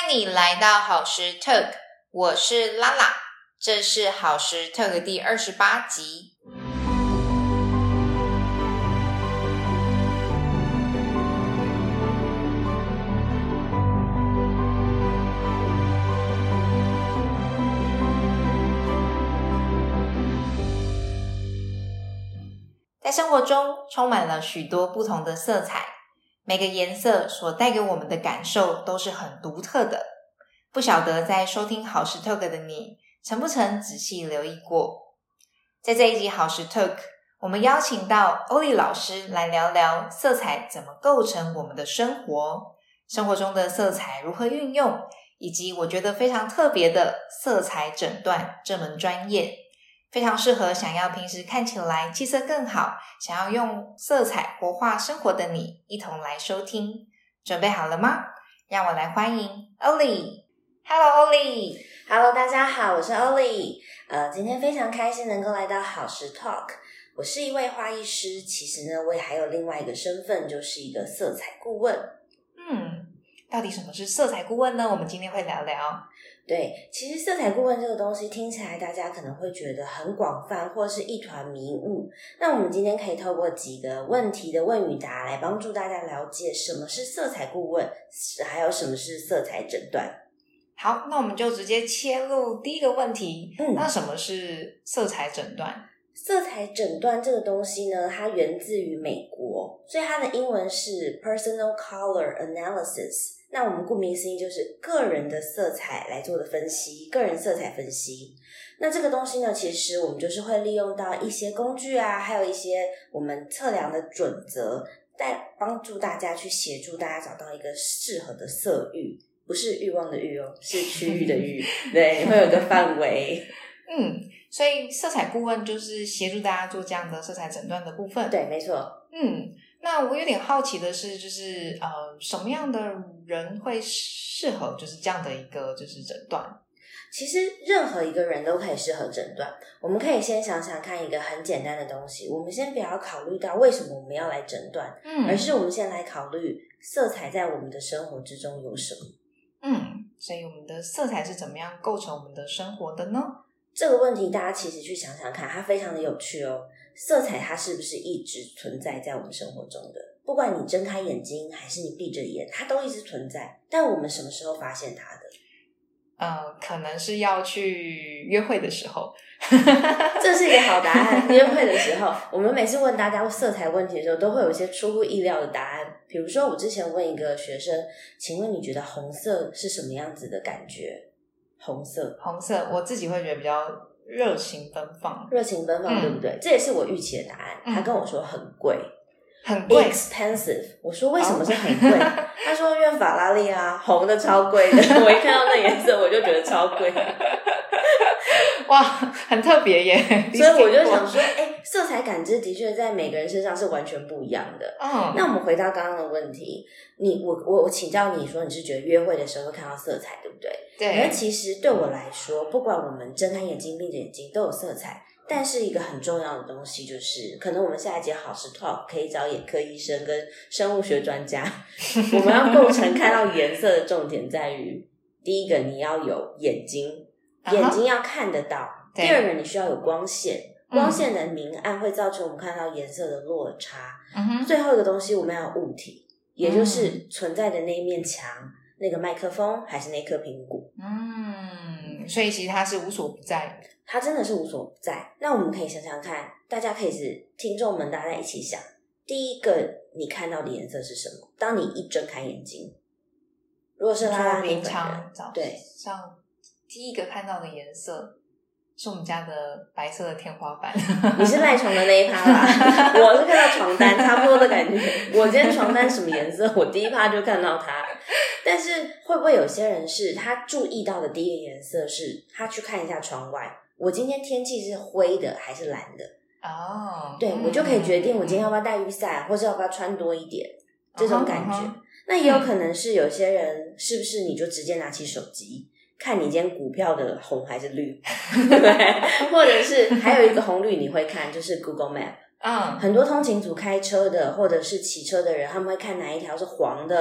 你来到好时 Talk， 我是拉拉，这是好时 Talk 第28集。在生活中充满了许多不同的色彩，每个颜色所带给我们的感受都是很独特的。不晓得在收听好时 Talk 的你曾不曾仔细留意过？在这一集好时 Talk， 我们邀请到欧丽老师来聊聊色彩怎么构成我们的生活，生活中的色彩如何运用，以及我觉得非常特别的色彩诊断这门专业，非常适合想要平时看起来气色更好，想要用色彩活化生活的你一同来收听。准备好了吗？让我来欢迎欧丽。Hello， 欧丽。 Hello， 大家好，我是欧丽。今天非常开心能够来到好时 Talk。我是一位花艺师，其实呢，我也还有另外一个身份，就是一个色彩顾问。 到底什么是色彩顾问呢？我们今天会聊聊。 对，其实色彩顾问这个东西听起来大家可能会觉得很广泛，或是一团迷雾。那我们今天可以透过几个问题的问与答来帮助大家了解什么是色彩顾问，还有什么是色彩诊断。 好，那我们就直接切入第一个问题。那什么是色彩诊断？ 色彩诊断这个东西呢，它源自于美国，所以它的英文是 Personal Color Analysis。那我们顾名思义就是个人的色彩来做的分析，个人色彩分析。那这个东西呢，其实我们就是会利用到一些工具啊，还有一些我们测量的准则，来帮助大家去协助大家找到一个适合的色域，不是欲望的欲哦，是区域的域。对，会有一个范围。 所以色彩顾问就是协助大家做这样的色彩诊断的部分。 对，没错。 那我有点好奇的是，就是什么样的人会适合就是这样的一个就是诊断？ 其实任何一个人都可以适合诊断。我们可以先想想看一个很简单的东西，我们先不要考虑到为什么我们要来诊断，而是我们先来考虑色彩在我们的生活之中有什么。 所以我们的色彩是怎么样构成我们的生活的呢？ 这个问题大家其实去想想看，它非常的有趣哦。色彩它是不是一直存在在我们生活中的？不管你睁开眼睛还是你闭着眼，它都一直存在。但我们什么时候发现它的？ 可能是要去约会的时候。 这是一个好答案。约会的时候，我们每次问大家色彩问题的时候，都会有一些出乎意料的答案。比如说我之前问一个学生，请问你觉得红色是什么样子的感觉？红色， 我自己会觉得比较热情奔放，对不对？这也是我预期的答案。他跟我说很贵，expensive。我说为什么是很贵？他说因为法拉利啊，红的超贵的。我一看到那颜色，我就觉得超贵。 哇，很特别耶！ 所以我就想说，色彩感知的确在每个人身上是完全不一样的。那我们回到刚刚的问题，我请教你说，你是觉得约会的时候会看到色彩，对不对？ 对。 而其实对我来说，不管我们睁开眼睛闭着眼睛都有色彩，但是一个很重要的东西就是，可能我们下一节好时 Talk 可以找眼科医生跟生物学专家。我们要构成看到颜色的重点在于，第一个你要有眼睛，眼睛要看得到。第二个你需要有光线，光线的明暗会造成我们看到颜色的落差。最后一个东西我们要有物体，也就是存在的那一面墙，那个麦克风还是那颗苹果。 所以其实它是无所不在， 它真的是无所不在。那我们可以想想看，大家可以是听众们大家一起想，第一个你看到的颜色是什么？当你一睁开眼睛，如果是拉拉平常早对上第一个看到的颜色是我们家的白色的天花板。 你是赖床的那一趴啦。我是看到床单，差不多的感觉。我今天床单什么颜色，我第一趴就看到它。但是会不会有些人是他注意到的第一个颜色是他去看一下窗外，我今天天气是灰的还是蓝的？对，我就可以决定我今天要不要带雨伞，或者要不要穿多一点，这种感觉。那也有可能是有些人是不是你就直接拿起手机看你今天股票的红还是绿。对，或者是还有一个红绿你会看，就是 Google Map。很多通勤族开车的或者是骑车的人，他们会看哪一条是黄的，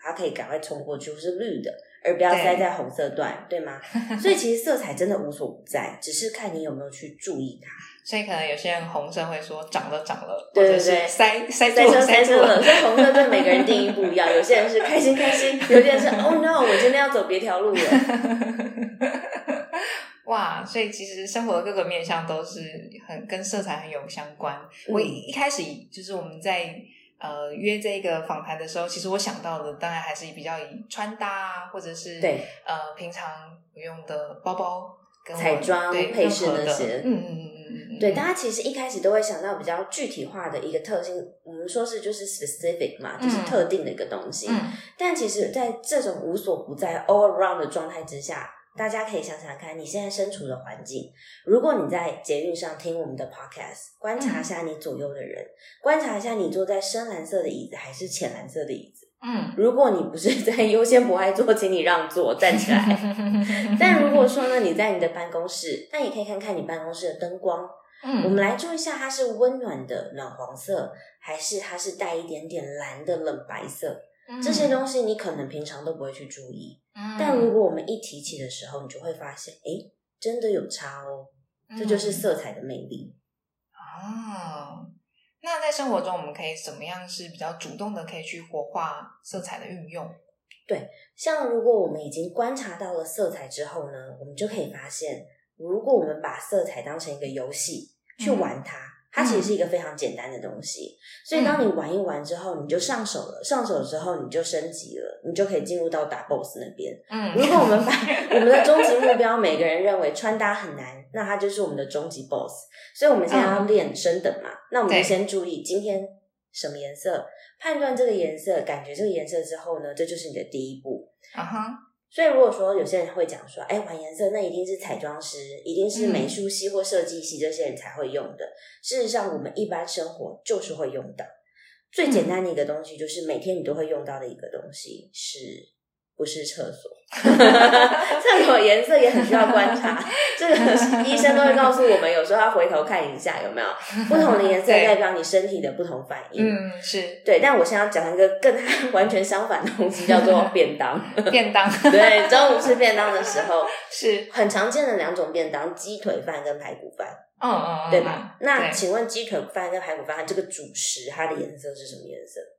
它可以赶快冲过去，或是绿的，而不要塞在红色段， 对吗？所以其实色彩真的无所不在，只是看你有没有去注意它。 所以可能有些人红色会说长了， 对对对， 或者是塞住了。所以红色对每个人定义不一样，有些人是开心，有些人是Oh no， 我今天要走别条路了。 哇，所以其实生活的各个面向都是跟色彩很有相关。我一开始就是我们在约这个访谈的时候，其实我想到的当然还是比较以穿搭啊，或者是对平常用的包包跟彩妆配饰那些，对，大家其实一开始都会想到比较具体化的一个特性，我们说是就是 specific 嘛，就是特定的一个东西。但其实在这种无所不在 all around 的状态之下，大家可以想想看你现在身处的环境，如果你在捷运上听我们的 podcast， 观察一下你左右的人，观察一下你坐在深蓝色的椅子还是浅蓝色的椅子。如果你不是在优先博爱座，请你让座站起来。但如果说呢，你在你的办公室，那也可以看看你办公室的灯光。我们来注意一下，它是温暖的暖黄色，还是它是带一点点蓝的冷白色。这些东西你可能平常都不会去注意，但如果我们一提起的时候，你就会发现真的有差哦。这就是色彩的魅力。 那在生活中我们可以怎么样是比较主动的可以去活化色彩的运用？ 对，像如果我们已经观察到了色彩之后呢，我们就可以发现，如果我们把色彩当成一个游戏去玩它其实是一个非常简单的东西。所以当你玩一玩之后，你就上手了，上手之后你就升级了，你就可以进入到打 BOSS 那边。如果我们把我们的终极目标每个人认为穿搭很难，那它就是我们的终极 BOSS。所以我们现在要练升等嘛，那我们就先注意今天什么颜色，判断这个颜色，感觉这个颜色之后呢，这就是你的第一步。所以如果说有些人会讲说玩颜色那一定是彩妆师，一定是美术系或设计系这些人才会用的，事实上我们一般生活就是会用到。最简单的一个东西就是每天你都会用到的一个东西，是不是厕所？厕所颜色也很需要观察，这个医生都会告诉我们，有时候要回头看一下有没有不同的颜色代表你身体的不同反应。 是对。但我现在要讲一个跟它完全相反的东西，叫做便当。 便当对，中午吃便当的时候是很常见的两种便当，鸡腿饭跟排骨饭。对吧？那请问鸡腿饭跟排骨饭这个主食它的颜色是什么颜色？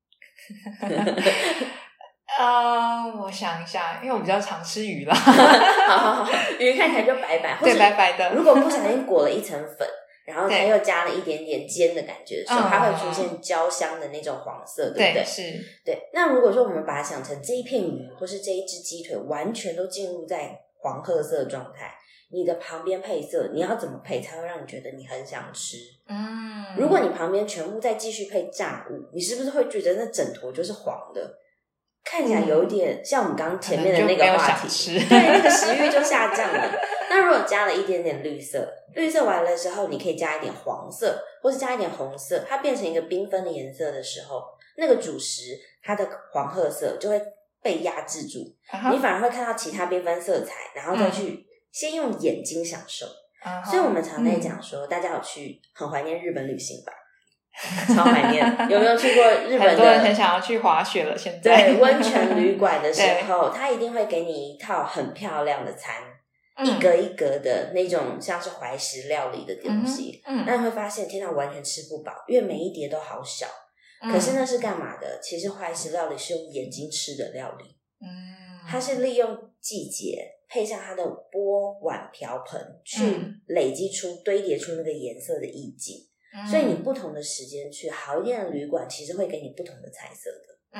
我想一下，因为我比较常吃鱼啦。 好，鱼看起来就白白， 对，白白的。 如果不小心裹了一层粉，然后它又加了一点点煎的感觉的时候，它会出现焦香的那种黄色，对不对？ 是。 对。那如果说我们把它想成这一片鱼或是这一只鸡腿完全都进入在黄褐色的状态，你的旁边配色你要怎么配才会让你觉得你很想吃？如果你旁边全部再继续配炸物，你是不是会觉得那整坨就是黄的？看起来有一点像我们刚刚前面的那个话题，对，那个食欲就下降了。那如果加了一点点绿色，绿色完了之后，你可以加一点黄色，或是加一点红色，它变成一个缤纷的颜色的时候，那个主食它的黄褐色就会被压制住，你反而会看到其他缤纷色彩，然后再去先用眼睛享受。所以我们常在讲说，大家有去很怀念日本旅行吧？超怀念。有没有去过日本的？ 很多人很想要去滑雪了。现在对温泉旅馆的时候，他一定会给你一套很漂亮的餐，一格一格的那种像是怀石料理的东西。那你会发现，天哪，完全吃不饱，因为每一碟都好小。可是那是干嘛的？其实怀石料理是用眼睛吃的料理。它是利用季节配上它的钵碗瓢盆去累积出堆叠出那个颜色的意境。所以你不同的时间去好一点的旅馆，其实会给你不同的彩色的。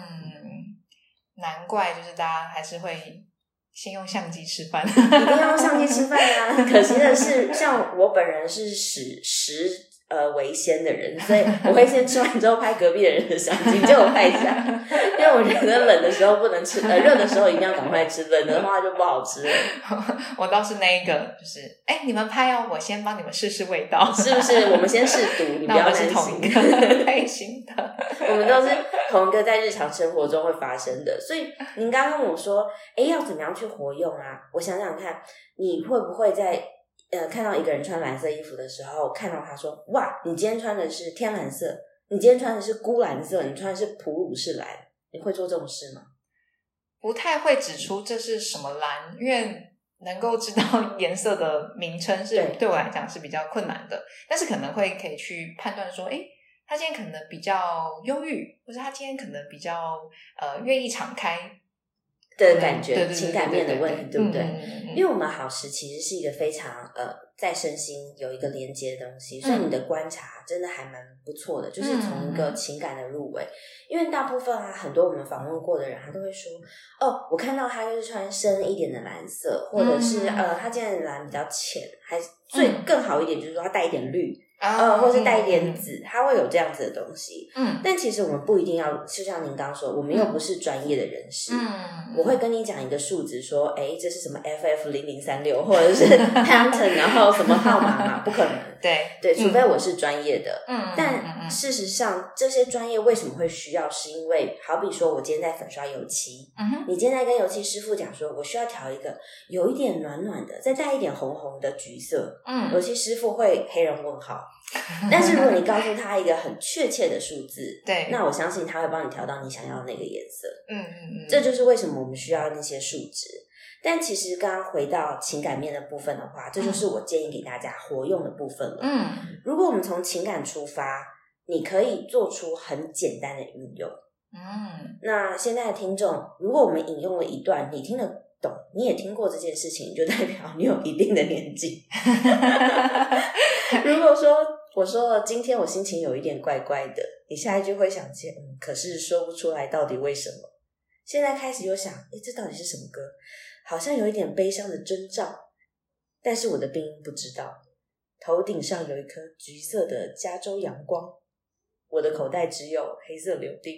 难怪就是大家还是会先用相机吃饭。 一定要用相机吃饭啊！可惜的是，像我本人是食为先的人，所以我会先吃完之后拍隔壁的人的相机，借我拍一下，因为我觉得冷的时候不能吃，热的时候一定要赶快吃，冷的话就不好吃了。 我倒是那一个，就是你们拍我先帮你们试试味道， 是不是？我们先试毒，你不要担心。 同一个类型的， 我们都是同一个在日常生活中会发生的。所以您刚刚问我说，要怎么样去活用啊？我想想看，你会不会在看到一个人穿蓝色衣服的时候，看到他说，哇，你今天穿的是天蓝色，你今天穿的是钴蓝色，你穿的是普鲁士蓝， 你会做这种事吗？ 不太会指出这是什么蓝，因为能够知道颜色的名称是对我来讲是比较困难的，但是可以去判断说，诶，他今天可能比较忧郁，或者他今天可能比较愿意敞开的感觉， 对情感面的问题，对不对？因为我们好时其实是一个非常在身心有一个连接的东西，所以你的观察真的还蛮不错的，就是从一个情感的入围。因为大部分很多我们访问过的人，他都会说，哦，我看到他就是穿深一点的蓝色，或者是他今天的蓝比较浅，还更好一点就是说他带一点绿。或是带一点紫，它会有这样子的东西。但其实我们不一定要，就像您刚刚说，我们又不是专业的人士。我会跟你讲一个数值，说，这是什么 FF0036，或者是 Pantone， 然后什么号码嘛？不可能。对，除非我是专业的。但事实上，这些专业为什么会需要？是因为，好比说，我今天在粉刷油漆，你今天在跟油漆师傅讲说，我需要调一个有一点暖暖的，再带一点红红的橘色。油漆师傅会黑人问号。但是如果你告诉他一个很确切的数字，对，那我相信他会帮你调到你想要的那个颜色。这就是为什么我们需要那些数值。但其实刚刚回到情感面的部分的话，这就是我建议给大家活用的部分了。如果我们从情感出发，你可以做出很简单的运用。那现在的听众，如果我们引用了一段你听得懂，你也听过这件事情，就代表你有一定的年纪。如果说我说了今天我心情有一点怪怪的，你下一句会想起可是说不出来到底为什么。现在开始又想这到底是什么歌，好像有一点悲伤的征兆，但是我的病因不知道。头顶上有一颗橘色的加州阳光，我的口袋只有黑色柳丁。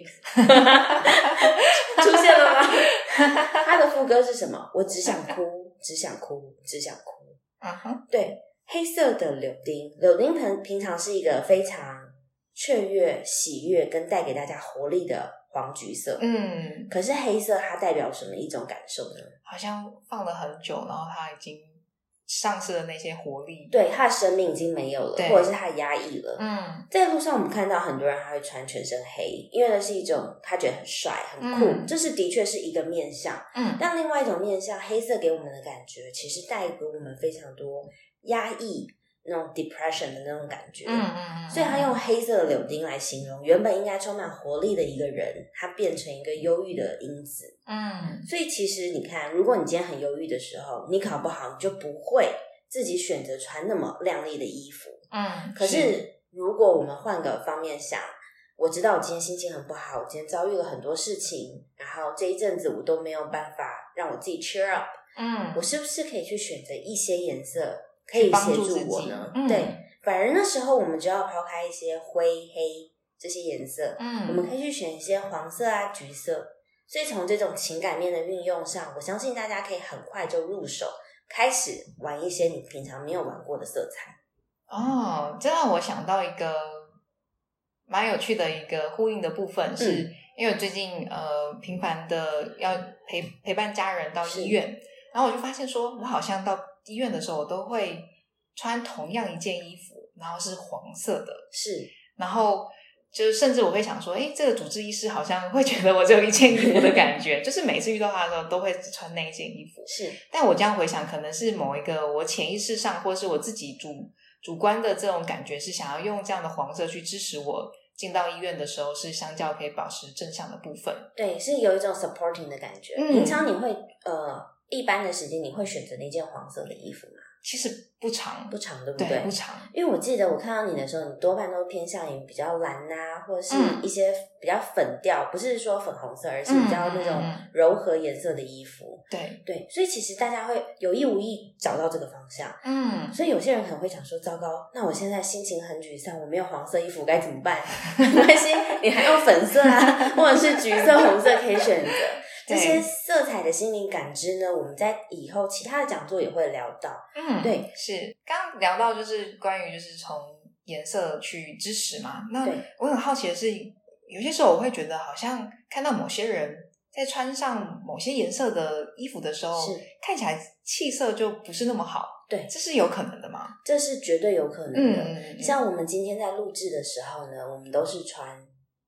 出现了吗？他的副歌是什么？我只想哭，只想哭，只想哭。对，黑色的柳丁，柳丁平常是一个非常雀跃、喜悦跟带给大家活力的黄橘色。可是黑色它代表什么一种感受呢？ 好像放了很久，然后它已经丧失了那些活力， 对，他的生命已经没有了，或者是他压抑了。在路上我们看到很多人他会穿全身黑，因为那是一种他觉得很帅很酷，这是的确是一个面向。但另外一种面向，黑色给我们的感觉其实带给我们非常多压抑那种 depression 的那种感觉。所以他用黑色的柳丁来形容原本应该充满活力的一个人，他变成一个忧郁的因子。所以其实你看，如果你今天很忧郁的时候，你考不好，你就不会自己选择穿那么亮丽的衣服。可是如果我们换个方面想，我知道我今天心情很不好，我今天遭遇了很多事情，然后这一阵子我都没有办法让我自己 cheer up。我是不是可以去选择一些颜色可以协助我呢？对，反而那时候我们就要抛开一些灰黑这些颜色，我们可以去选一些黄色啊、橘色。所以从这种情感面的运用上，我相信大家可以很快就入手，开始玩一些你平常没有玩过的色彩。 这让我想到一个蛮有趣的一个呼应的部分，是因为我最近频繁的要陪伴家人到医院，然后我就发现说，我好像到医院的时候，我都会穿同样一件衣服，然后是黄色的，然后就是甚至我会想说，这个主治医师好像会觉得我只有一件衣服的感觉，就是每次遇到他的时候都会只穿那一件衣服。但我这样回想，可能是某一个我潜意识上，或是我自己主观的这种感觉，是想要用这样的黄色去支持我进到医院的时候是相较可以保持正向的部分。 对，是有一种 supporting 的感觉。平常你会一般的时间你会选择那件黄色的衣服吗？ 其实不长， 对不对？ 不长。 因为我记得我看到你的时候，你多半都偏向于比较蓝啊，或者是一些比较粉调，不是说粉红色，而是比较那种柔和颜色的衣服。对，所以其实大家会有意无意找到这个方向。所以有些人可能会想说，糟糕，那我现在心情很沮丧，我没有黄色衣服该怎么办？没关系，你还有粉色啊，或者是橘色、红色可以选择。这些色彩的心灵感知呢，我们在以后其他的讲座也会聊到。对， 是刚刚聊到就是关于就是从颜色去支持嘛。那我很好奇的是，有些时候我会觉得好像看到某些人在穿上某些颜色的衣服的时候，看起来气色就不是那么好。 对， 这是有可能的吗？ 这是绝对有可能的。像我们今天在录制的时候呢，我们都是穿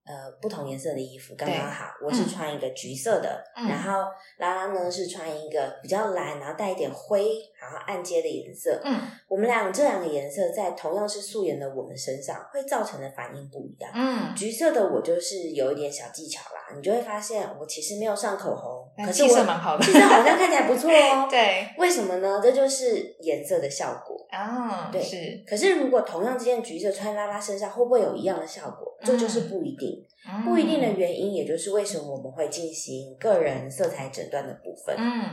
不同颜色的衣服刚刚好，我是穿一个橘色的，然后拉拉呢是穿一个比较蓝，然后带一点灰，然后暗阶的颜色。我们这两个颜色在同样是素颜的我们身上会造成的反应不一样。橘色的我就是有一点小技巧啦，你就会发现我其实没有上口红，可是气色蛮好的， 气色好像看起来不错哦。 对， 为什么呢？这就是颜色的效果对， 是。 可是如果同样这件橘色穿拉拉身上，会不会有一样的效果？这就是不一定。不一定的原因，也就是为什么我们会进行个人色彩诊断的部分。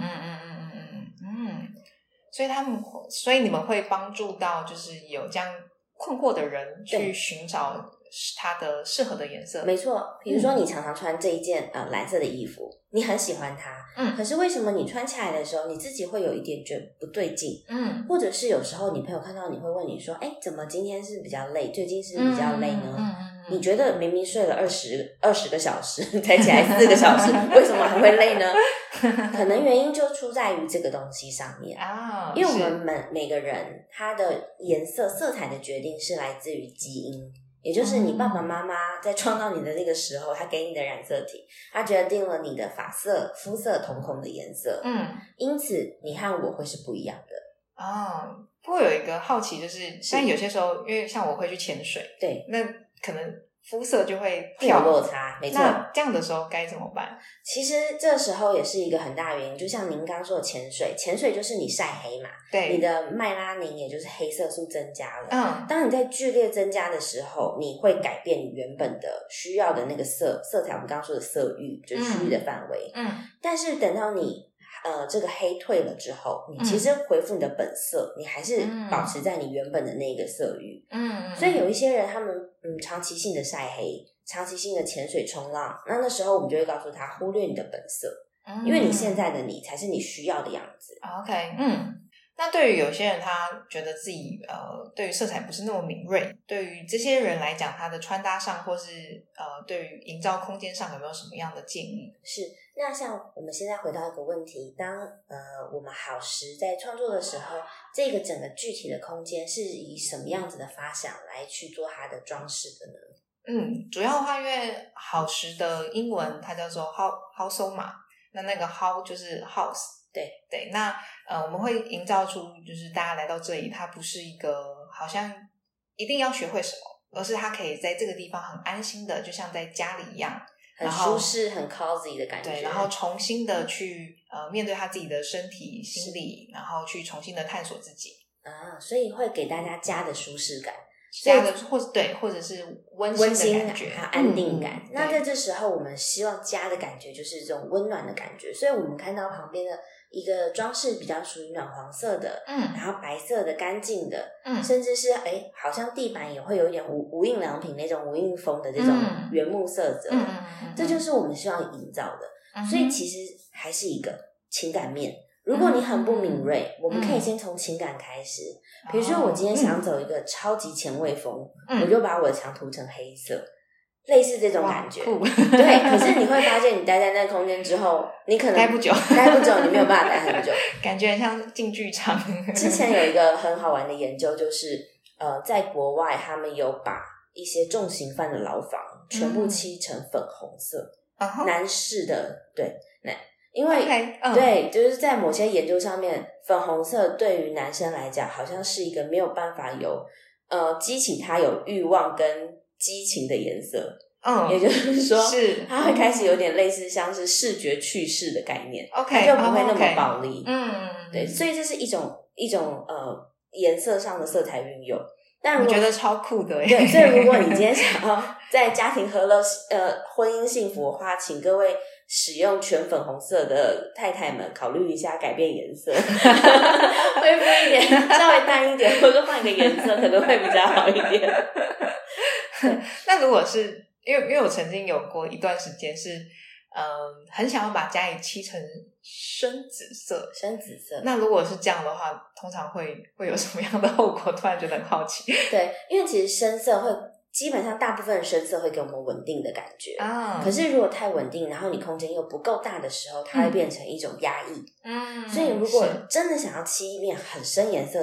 所以你们会帮助到就是有这样困惑的人去寻找它的适合的颜色。 没错，比如说你常常穿这一件蓝色的衣服，你很喜欢它，可是为什么你穿起来的时候你自己会有一点觉得不对劲？或者是有时候你朋友看到你会问你说，怎么今天是比较累，最近是比较累呢？你觉得明明睡了20个小时才起来4个小时为什么还会累呢？可能原因就出在于这个东西上面因为我们每个人他的颜色色彩的决定是来自于基因，也就是你爸爸妈妈在创造你的那个时候，他给你的染色体，他决定了你的发色、肤色、瞳孔的颜色因此你和我会是不一样的不过有一个好奇就是，但有些时候因为像我会去潜水， 对， 那可能肤色就会有落差，没错。 那这样的时候该怎么办？ 其实这时候也是一个很大的原因，就像您刚刚说的潜水就是你晒黑嘛， 对， 你的麦拉宁也就是黑色素增加了当你在剧烈增加的时候，你会改变你原本的需要的那个色彩，我们刚刚说的色域就是区域的范围但是等到你这个黑退了之后，你其实恢复你的本色你还是保持在你原本的那个色域所以有一些人他们长期性的晒黑，长期性的潜水冲浪，那时候我们就会告诉他忽略你的本色因为你现在的你才是你需要的样子 OK 那对于有些人他觉得自己对于色彩不是那么敏锐，对于这些人来讲，他的穿搭上或是对于营造空间上有没有什么样的建议？ 是，那像我们现在回到一个问题，当我们好时在创作的时候，这个整个具体的空间是以什么样子的发想来去做它的装饰的呢？ 主要的话，因为好时的英文它叫做 household 嘛，那个 house 就是 house。对，那我们会营造出就是大家来到这里，它不是一个好像一定要学会什么，而是他可以在这个地方很安心的，就像在家里一样， 很舒适、很 cozy 的感觉。 对，然后重新的去面对他自己的身体、心理，然后去重新的探索自己所以会给大家家的舒适感。 家的或者是温馨的感觉， 还有安定感那在这时候我们希望家的感觉就是这种温暖的感觉，所以我们看到旁边的一个装饰比较属于暖黄色的然后白色的干净的甚至是好像地板也会有一点无印良品那种无印风的这种原木色泽这就是我们希望营造的所以其实还是一个情感面。如果你很不敏锐我们可以先从情感开始比如说我今天想走一个超级前卫风我就把我的墙涂成黑色，类似这种感觉对，可是你会发现你待在那个空间之后你可能待不久你没有办法待很久感觉很像进剧场之前有一个很好玩的研究就是在国外他们有把一些重刑犯的牢房全部漆成粉红色男士的对因为对就是在某些研究上面粉红色对于男生来讲好像是一个没有办法有激起他有欲望跟激情的颜色也就是说他会开始有点类似像是视觉去世的概念他就不会那么暴力对，所以这是一种颜色上的色彩运用但我觉得超酷的耶对，所以如果你今天想要在家庭和乐婚姻幸福的话请各位使用全粉红色的太太们考虑一下改变颜色恢复一点稍微淡一点或者换一个颜色可能会比较好一点那如果是因为我曾经有过一段时间是很想要把家里漆成深紫色那如果是这样的话通常会有什么样的后果突然觉得很好奇对，因为其实深色会基本上大部分的深色会给我们稳定的感觉可是如果太稳定然后你空间又不够大的时候它会变成一种压抑所以如果真的想要漆一面很深颜色的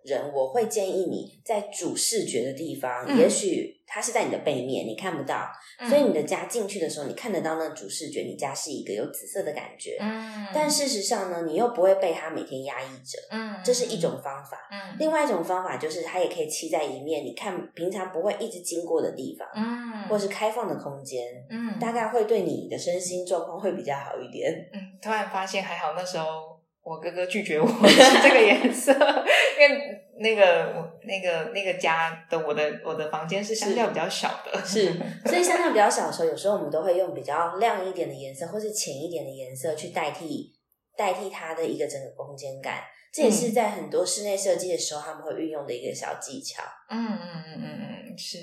人，我会建议你在主视觉的地方，也许它是在你的背面，你看不到，所以你的家进去的时候，你看得到那主视觉，你家是一个有紫色的感觉。但事实上呢，你又不会被它每天压抑着。这是一种方法。另外一种方法就是它也可以漆在一面，你看平常不会一直经过的地方，或是开放的空间，大概会对你的身心状况会比较好一点。 突然发现还好那时候我哥哥拒绝我是这个颜色，因为那个家的我的房间是相较比较小的， 是，所以相较比较小的时候，有时候我们都会用比较亮一点的颜色，或是浅一点的颜色去代替它的一个整个空间感。这也是在很多室内设计的时候他们会运用的一个小技巧。 是。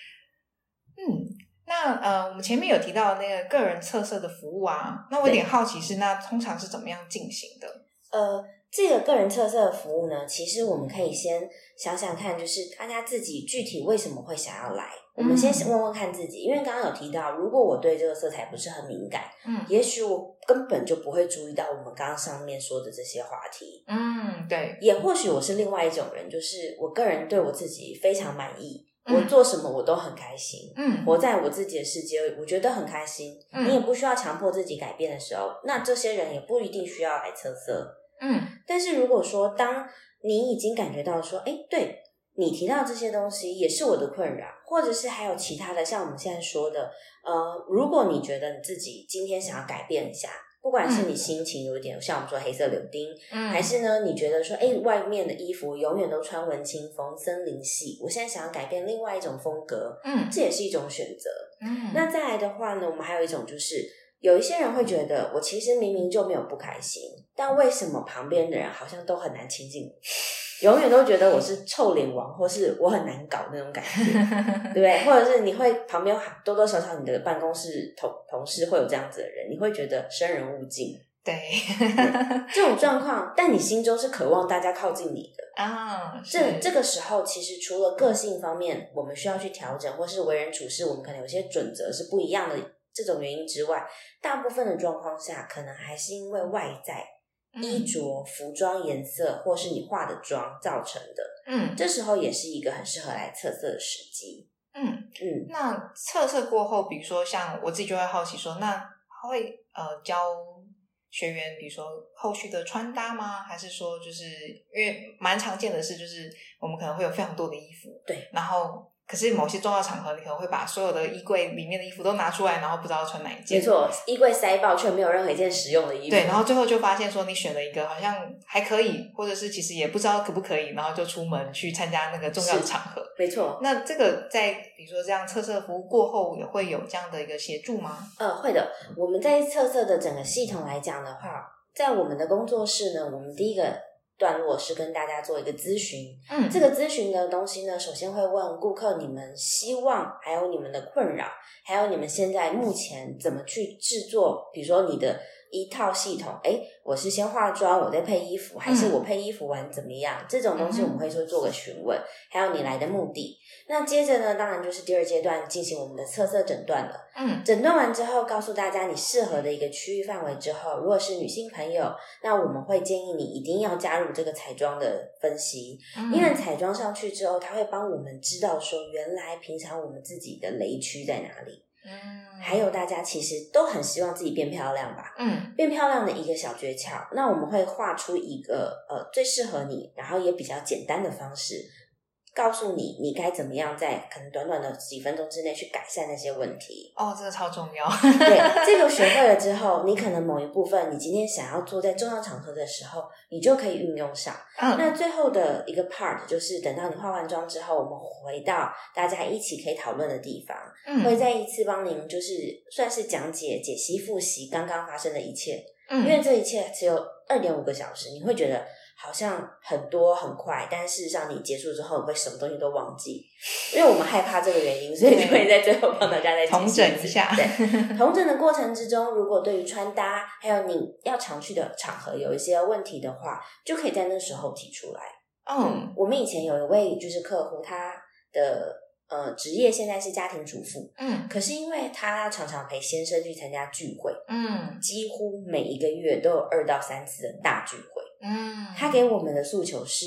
那我们前面有提到那个个人测色的服务啊，那我有点好奇是那通常是怎么样进行的？ 这个个人测色的服务呢，其实我们可以先想想看，就是大家自己具体为什么会想要来。我们先问问看自己，因为刚刚有提到，如果我对这个色彩不是很敏感，也许我根本就不会注意到我们刚刚上面说的这些话题。 对。 也或许我是另外一种人，就是我个人对我自己非常满意。我做什么我都很开心，活在我自己的世界，我觉得很开心。你也不需要强迫自己改变的时候，那这些人也不一定需要来测色。但是如果说当你已经感觉到说，对，你提到这些东西也是我的困扰，或者是还有其他的，像我们现在说的，如果你觉得你自己今天想要改变一下，不管是你心情有点像我们说黑色柳丁，还是呢你觉得说外面的衣服永远都穿文青风森林系，我现在想要改变另外一种风格，这也是一种选择。那再来的话呢，我们还有一种就是有一些人会觉得我其实明明就没有不开心，但为什么旁边的人好像都很难亲近我，永远都觉得我是臭脸王，或是我很难搞那种感觉对不对？或者是你会旁边多多少少你的办公室同事会有这样子的人，你会觉得生人勿近。 对这种状况，但你心中是渴望大家靠近你的这个时候其实除了个性方面我们需要去调整，或是为人处事我们可能有些准则是不一样的这种原因之外，大部分的状况下可能还是因为外在衣着、服装颜色或是你化的妆造成的。这时候也是一个很适合来测色的时机。 那测色过后，比如说像我自己就会好奇说，那他会教学员比如说后续的穿搭吗？还是说就是因为蛮常见的是就是我们可能会有非常多的衣服， 对， 然后可是某些重要场合你可能会把所有的衣柜里面的衣服都拿出来，然后不知道穿哪一件。 没错，衣柜塞爆却没有任何一件实用的衣服。 对，然后最后就发现说你选了一个好像还可以，或者是其实也不知道可不可以，然后就出门去参加那个重要的场合。 没错。 那这个在比如说这样测色服务过后也会有这样的一个协助吗？ 会的。我们在测色的整个系统来讲的话，在我们的工作室呢，我们第一个段落是跟大家做一个咨询。这个咨询的东西呢，首先会问顾客你们希望，还有你们的困扰，还有你们现在目前怎么去制作，比如说你的一套系统，我是先化妆我再配衣服，还是我配衣服完怎么样，这种东西我们会做个询问，还有你来的目的。那接着呢，当然就是第二阶段进行我们的测色诊断了。诊断完之后告诉大家你适合的一个区域范围之后，如果是女性朋友，那我们会建议你一定要加入这个彩妆的分析。因为彩妆上去之后，它会帮我们知道说原来平常我们自己的雷区在哪里。还有大家其实都很希望自己变漂亮吧。变漂亮的一个小诀窍，那我们会画出一个最适合你，然后也比较简单的方式，告诉你你该怎么样在可能短短的几分钟之内去改善那些问题。 这个超重要。 对，这个学会了之后，你可能某一部分你今天想要做在重要场合的时候，你就可以运用上。那最后的一个 part 就是等到你化完妆之后，我们回到大家一起可以讨论的地方，会再一次帮您就是算是讲解、解析、复习刚刚发生的一切。因为这一切只有2.5个小时，你会觉得好像很多很快，但事实上你结束之后会什么东西都忘记，因为我们害怕这个原因，所以就会在最后帮大家再统整一下。 对，统整的过程之中，如果对于穿搭还有你要常去的场合有一些问题的话，就可以在那时候提出来。我们以前有一位就是客户，他的职业现在是家庭主妇，可是因为他常常陪先生去参加聚会，几乎每一个月都有2到3次的大聚会，他给我们的诉求是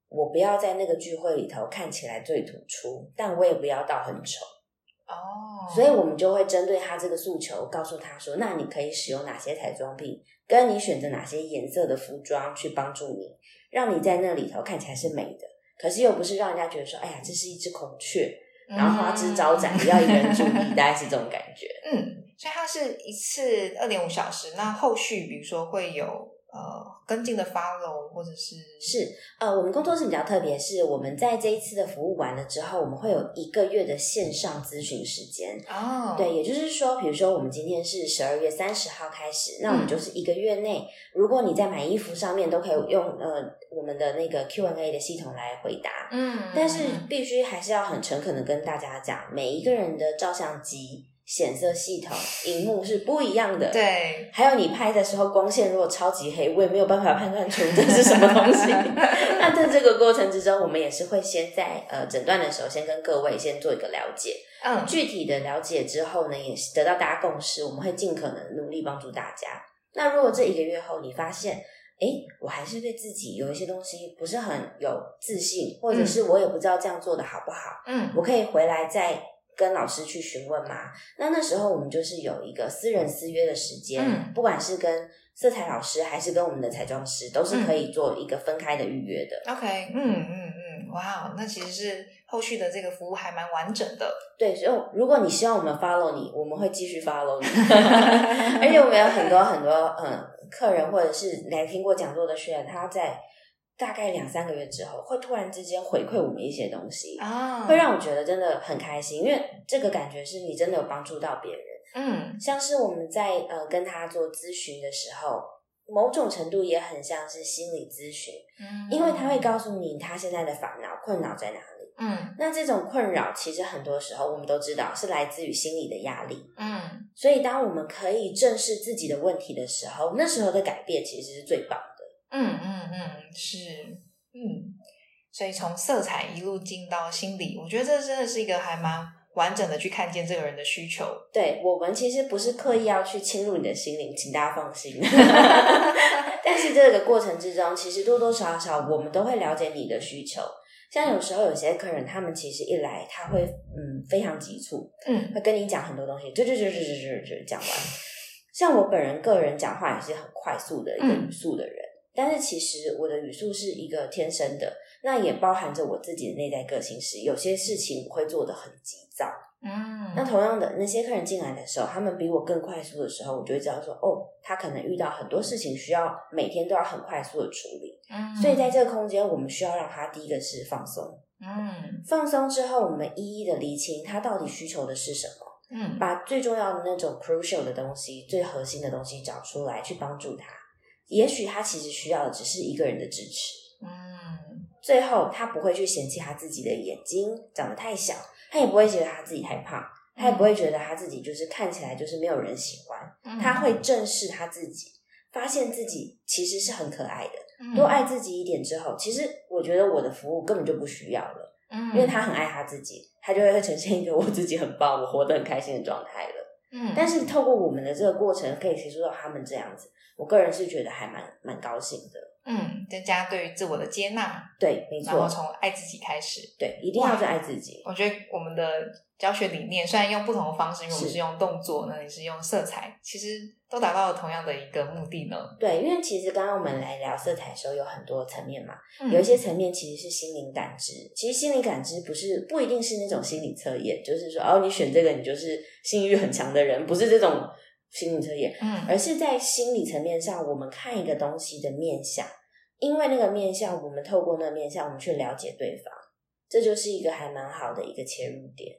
我不要在那个聚会里头看起来最突出，但我也不要到很丑。所以我们就会针对他这个诉求告诉他说，那你可以使用哪些彩妆品，跟你选择哪些颜色的服装去帮助你，让你在那里头看起来是美的，可是又不是让人家觉得说，哎呀，这是一只孔雀，然后花枝招展，不要一个人注意，大概是这种感觉。 所以它是一次 2.5 小时，那后续比如说会有跟进的 follow 或者是我们工作室比较特别，是我们在这一次的服务完了之后，我们会有1个月的线上咨询时间。对，也就是说比如说我们今天是12月30号开始，那我们就是1个月内，如果你在买衣服上面都可以用我们的那个 Q&A 的系统来回答。但是必须还是要很诚恳的跟大家讲，每一个人的照相机显色系统荧幕是不一样的， 对， 还有你拍的时候光线如果超级黑，我也没有办法判断出这是什么东西。那在这个过程之中，我们也是会先在诊断的时候先跟各位先做一个了解，具体的了解之后呢，也是得到大家共识，我们会尽可能努力帮助大家。那如果这1个月后你发现我还是对自己有一些东西不是很有自信，或者是我也不知道这样做的好不好，我可以回来再跟老师去询问嘛。那时候我们就是有一个私人私约的时间，不管是跟色彩老师还是跟我们的彩妆师，都是可以做一个分开的预约的。 OK， 哇，那其实是后续的这个服务还蛮完整的。 对，所以如果你希望我们 follow 你，我们会继续 follow 你。而且我们有很多客人或者是来听过讲座的学员，他在大概2-3个月之后会突然之间回馈我们一些东西，会让我觉得真的很开心，因为这个感觉是你真的有帮助到别人。像是我们在跟他做咨询的时候，某种程度也很像是心理咨询，因为他会告诉你他现在的烦恼困扰在哪里。那这种困扰其实很多时候我们都知道是来自于心理的压力。所以当我们可以正视自己的问题的时候，那时候的改变其实是最棒的。 是，所以从色彩一路进到心理，我觉得这真的是一个还蛮完整的去看见这个人的需求。 对，我们其实不是刻意要去侵入你的心灵，请大家放心。但是这个过程之中，其实多多少少我们都会了解你的需求。像有时候有些客人，他们其实一来他会非常急促，会跟你讲很多东西，就讲完。像我本人个人讲话也是很快速的一个语速的人，但是其实我的语速是一个天生的，那也包含着我自己的内在个性是有些事情我会做得很急躁。那同样的，那些客人进来的时候，他们比我更快速的时候，我就会知道说，他可能遇到很多事情需要每天都要很快速的处理。所以在这个空间，我们需要让他第一个是放松。放松之后，我们一一的厘清他到底需求的是什么，把最重要的那种 crucial 的东西，最核心的东西找出来，去帮助他。也许他其实需要的只是一个人的支持。最后他不会去嫌弃他自己的眼睛长得太小，他也不会觉得他自己太胖，他也不会觉得他自己就是看起来就是没有人喜欢。他会正视他自己，发现自己其实是很可爱的，多爱自己一点之后，其实我觉得我的服务根本就不需要了。因为他很爱他自己，他就会呈现一个我自己很棒，我活得很开心的状态了。但是透过我们的这个过程，可以协助到他们这样子，我个人是觉得还蛮高兴的。 增加对于自我的接纳。 对，没错。 然后从爱自己开始。 对，一定要去爱自己。 我觉得我们的教学理念虽然用不同的方式，因为我们是用动作，那你是用色彩，其实都达到了同样的一个目的呢。 对，因为其实刚刚我们来聊色彩的时候有很多层面嘛，有一些层面其实是心灵感知。其实心灵感知不一定是那种心理测验，就是说你选这个你就是性欲很强的人，不是这种心理测验，而是在心理层面上，我们看一个东西的面向，因为那个面向，我们透过那个面向，我们去了解对方，这就是一个还蛮好的一个切入点。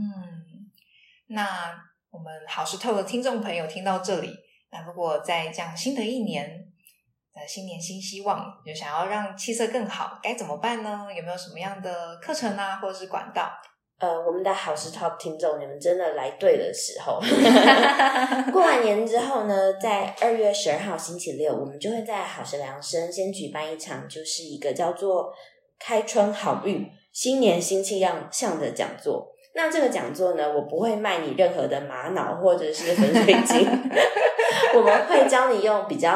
那我们好时透的听众朋友听到这里，那如果在这样新的一年，新年新希望，就想要让气色更好，该怎么办呢？有没有什么样的课程啊，或者是管道？ 我们的好时 Talk 听众，你们真的来对的时候。过完年之后呢，在2月12号星期六，我们就会在好时量身先举办一场，就是一个叫做开春好运新年新气象的讲座。那这个讲座呢，我不会卖你任何的玛瑙或者是粉水晶，我们会教你用比较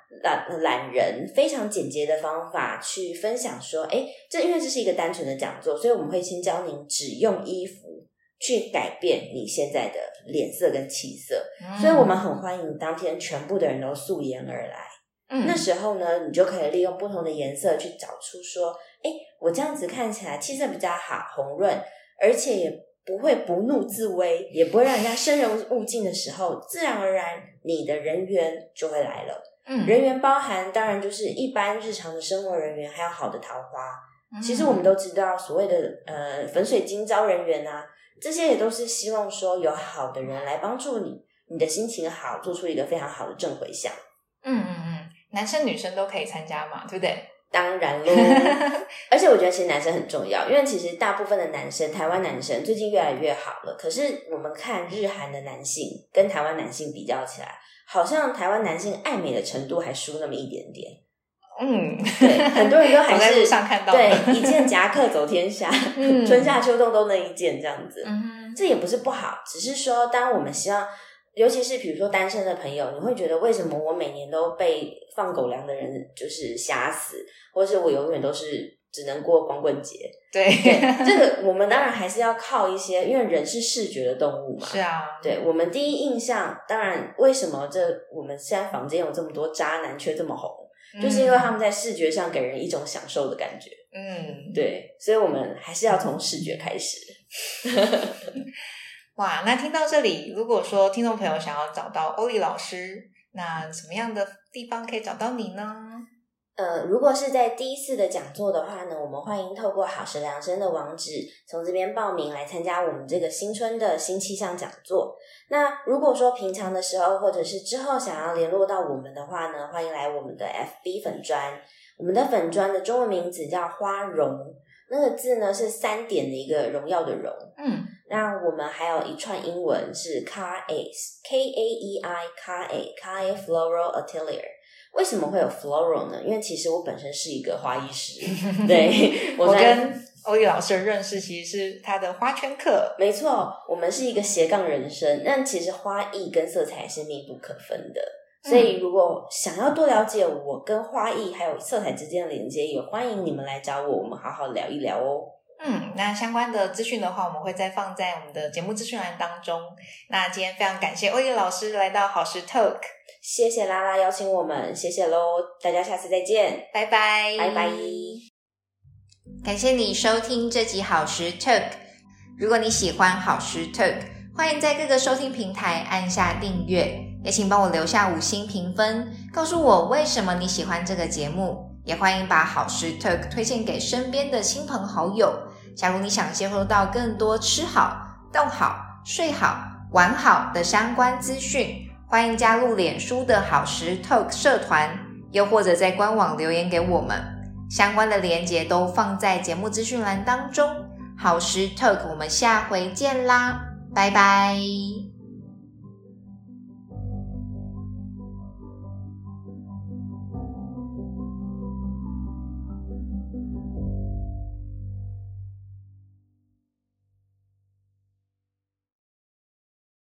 懒人非常简洁的方法去分享说，因为这是一个单纯的讲座，所以我们会先教您只用衣服去改变你现在的脸色跟气色，所以我们很欢迎当天全部的人都素颜而来。那时候呢，你就可以利用不同的颜色去找出说，我这样子看起来气色比较好，红润，而且也不会不怒自威，也不会让人家生人勿近的时候，自然而然你的人缘就会来了。人缘包含当然就是一般日常的生活人缘，还有好的桃花。其实我们都知道所谓的粉水晶招人缘啊，这些也都是希望说有好的人来帮助你，你的心情好，做出一个非常好的正回响。 男生女生都可以参加嘛，对不对？ 当然咯而且我觉得其实男生很重要，因为其实大部分的男生，台湾男生最近越来越好了，可是我们看日韩的男性跟台湾男性比较起来，好像台湾男性爱美的程度还输那么一点点。对，很多人都还是在路上看到对一件夹克走天下春夏秋冬都那一件这样子。这也不是不好，只是说当我们希望，尤其是比如说单身的朋友，你会觉得为什么我每年都被放狗粮的人就是吓死，或是我永远都是只能过光棍节。 对这个我们当然还是要靠一些，因为人是视觉的动物嘛。 是啊， 对，我们第一印象，当然为什么我们现在坊间有这么多渣男却这么红，就是因为他们在视觉上给人一种享受的感觉。对，所以我们还是要从视觉开始。 哇，那听到这里，如果说听众朋友想要找到欧丽老师，那什么样的地方可以找到你呢？ 如果是在第一次的讲座的话呢，我们欢迎透过好时量身的网址从这边报名来参加我们这个新春的新气象讲座。那如果说平常的时候或者是之后想要联络到我们的话呢，欢迎来我们的 FB 粉专。我们的粉专的中文名字叫花荣，那个字呢是3点的一个荣耀的荣。那我们还有一串英文是 Kae Kae Floral Atelier。为什么会有 floral 呢？因为其实我本身是一个花艺师。对， 我跟欧丽老师的认识其实是他的花圈课。 没错，我们是一个斜杠人生，但其实花艺跟色彩是密不可分的。所以如果想要多了解我跟花艺还有色彩之间的连接，也欢迎你们来找我，我们好好聊一聊哦。 那相关的资讯的话，我们会再放在我们的节目资讯栏当中。那今天非常感谢欧丽老师来到好时 Talk， 谢谢拉拉邀请我们，谢谢咯，大家下次再见， 拜拜， 拜拜。 感谢你收听这集好时 Talk。 如果你喜欢好时 Talk， 欢迎在各个收听平台按下订阅，也请帮我留下5星评分，告诉我为什么你喜欢这个节目。也欢迎把好时 Talk 推荐给身边的亲朋好友。假如你想接收到更多吃好、动好、睡好、玩好的相关资讯，欢迎加入脸书的好时 Talk 社团，又或者在官网留言给我们，相关的连结都放在节目资讯栏当中。好时 Talk， 我们下回见啦，拜拜。